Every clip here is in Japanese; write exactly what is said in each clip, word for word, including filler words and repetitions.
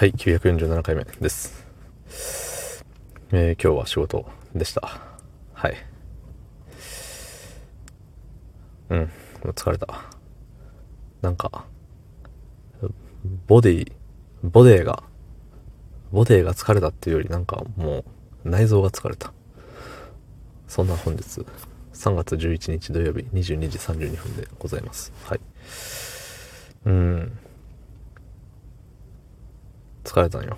はい、きゅうひゃくよんじゅうななかいめです。えー、今日は仕事でした。はい。うん、もう疲れた。なんか、ボディ、ボデーが、ボデーが疲れたっていうより、なんかもう、内臓が疲れた。そんな本日、さんがつじゅういちにち土曜日にじゅうにじさんじゅうにふんでございます。はい。うーん、疲れたんよ。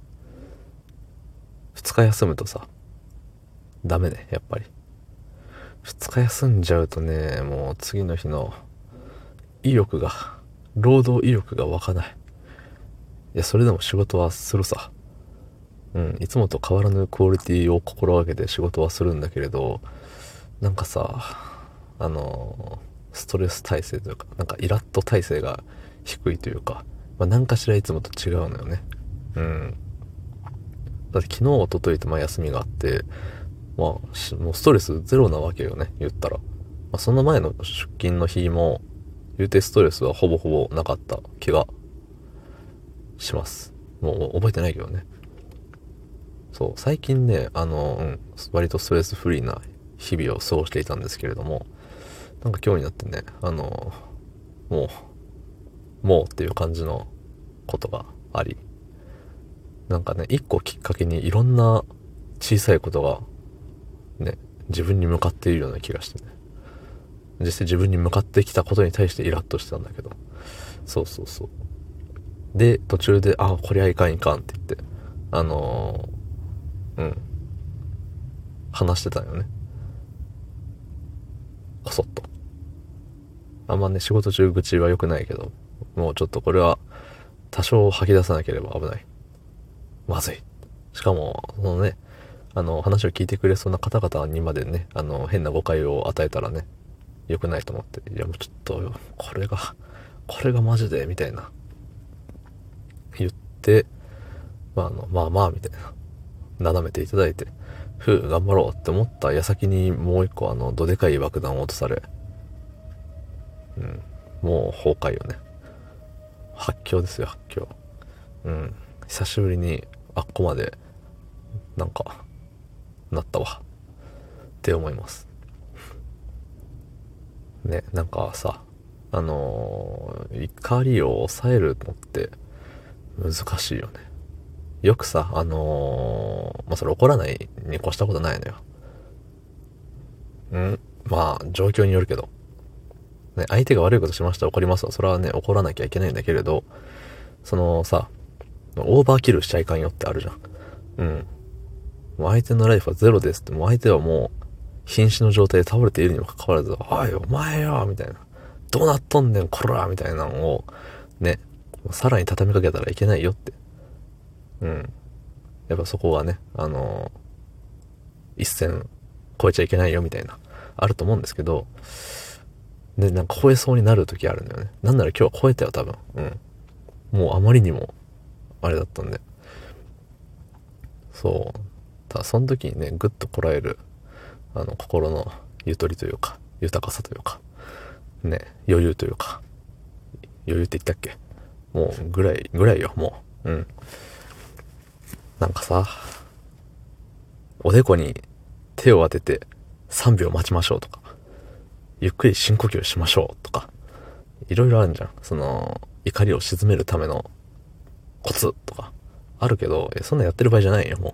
二日休むとさ、ダメね、やっぱり。二日休んじゃうとね、もう次の日の意欲が、労働意欲が湧かない。いや、それでも仕事はするさ。うん、いつもと変わらぬクオリティを心がけて仕事はするんだけれど、なんかさ、あの、ストレス耐性というか、なんかイラッと耐性が低いというか、まあ、何かしらいつもと違うのよね。うん。だって昨日、一昨日とまあ休みがあって、まあ、もうストレスゼロなわけよね、言ったら。まあ、その前の出勤の日も、言うてストレスはほぼほぼなかった気がします。もう覚えてないけどね。そう、最近ね、あの、うん、割とストレスフリーな日々を過ごしていたんですけれども、なんか今日になってね、あの、もう、もうっていう感じのことがあり、なんかね、一個きっかけにいろんな小さいことがね、自分に向かっているような気がしてね。実際自分に向かってきたことに対してイラッとしてたんだけど。そうそうそう。で、途中で、あ、こりゃいかんいかんって言って、あのー、うん、話してたんよね。こそっと。あんまね、仕事中愚痴は良くないけど、もうちょっとこれは多少吐き出さなければ危ない。まずい。しかも、そのね、あの、話を聞いてくれそうな方々にまでね、あの、変な誤解を与えたらね、良くないと思って、いやもうちょっと、これが、これがマジで、みたいな、言って、まあ、あの、まあまあ、みたいな、斜めていただいて、ふう、頑張ろうって思った矢先にもう一個あの、どでかい爆弾を落とされ、うん、もう崩壊よね。発狂ですよ、発狂。うん、久しぶりに、あっこまで、なんか、なったわ、って思います。ね、なんかさ、あのー、怒りを抑えるのって難しいよね。よくさ、あのー、まあ、それ怒らないに越したことないのよ。うん、まあ、状況によるけど。ね、相手が悪いことしました、怒りますわ。それはね、怒らなきゃいけないんだけれど、そのさ、オーバーキルしちゃいかんよってあるじゃん。うん。もう相手のライフはゼロですって、もう相手はもう、瀕死の状態で倒れているにもかかわらず、おい、お前よみたいな。どうなっとんねん、こらみたいなのを、ね、さらに畳みかけたらいけないよって。うん。やっぱそこがね、あのー、一線越えちゃいけないよみたいな、あると思うんですけど、で、なんか超えそうになる時あるんだよね。なんなら今日は超えたよ、多分。うん。もうあまりにも、あれだったんで。そう。ただ、その時にね、ぐっとこらえる、あの、心のゆとりというか、豊かさというか、ね、余裕というか、余裕って言ったっけ、もう、ぐらい、ぐらいよ、もう。うん。なんかさ、おでこに手を当ててさんびょう待ちましょうとか、ゆっくり深呼吸しましょうとか、いろいろあるんじゃん。その、怒りを鎮めるためのコツとか、あるけど、そんなやってる場合じゃないよ、も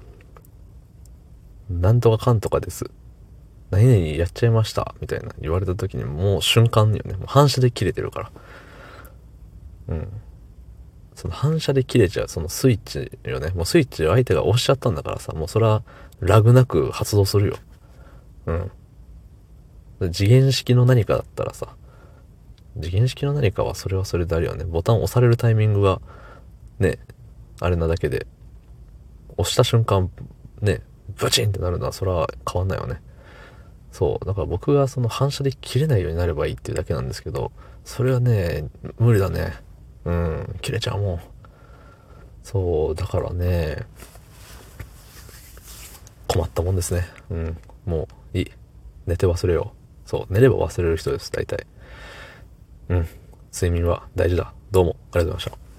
う。なんとかかんとかです。何々やっちゃいました。みたいな言われた時にもう瞬間よね。もう反射で切れてるから。うん。その反射で切れちゃう、そのスイッチよね。もうスイッチを相手が押しちゃったんだからさ、もうそれはラグなく発動するよ。うん。次元式の何かだったらさ、次元式の何かはそれはそれであるよね。ボタンを押されるタイミングが、ね、あれなだけで、押した瞬間、ね、ブチンってなるのはそれは変わんないよね。そう。だから僕がその反射で切れないようになればいいっていうだけなんですけど、それはね、無理だね。うん、切れちゃうもん。そう、だからね、困ったもんですね。うん、もういい。寝て忘れよう。そう、寝れば忘れる人です、大体。うん、睡眠は大事だ。どうもありがとうございました。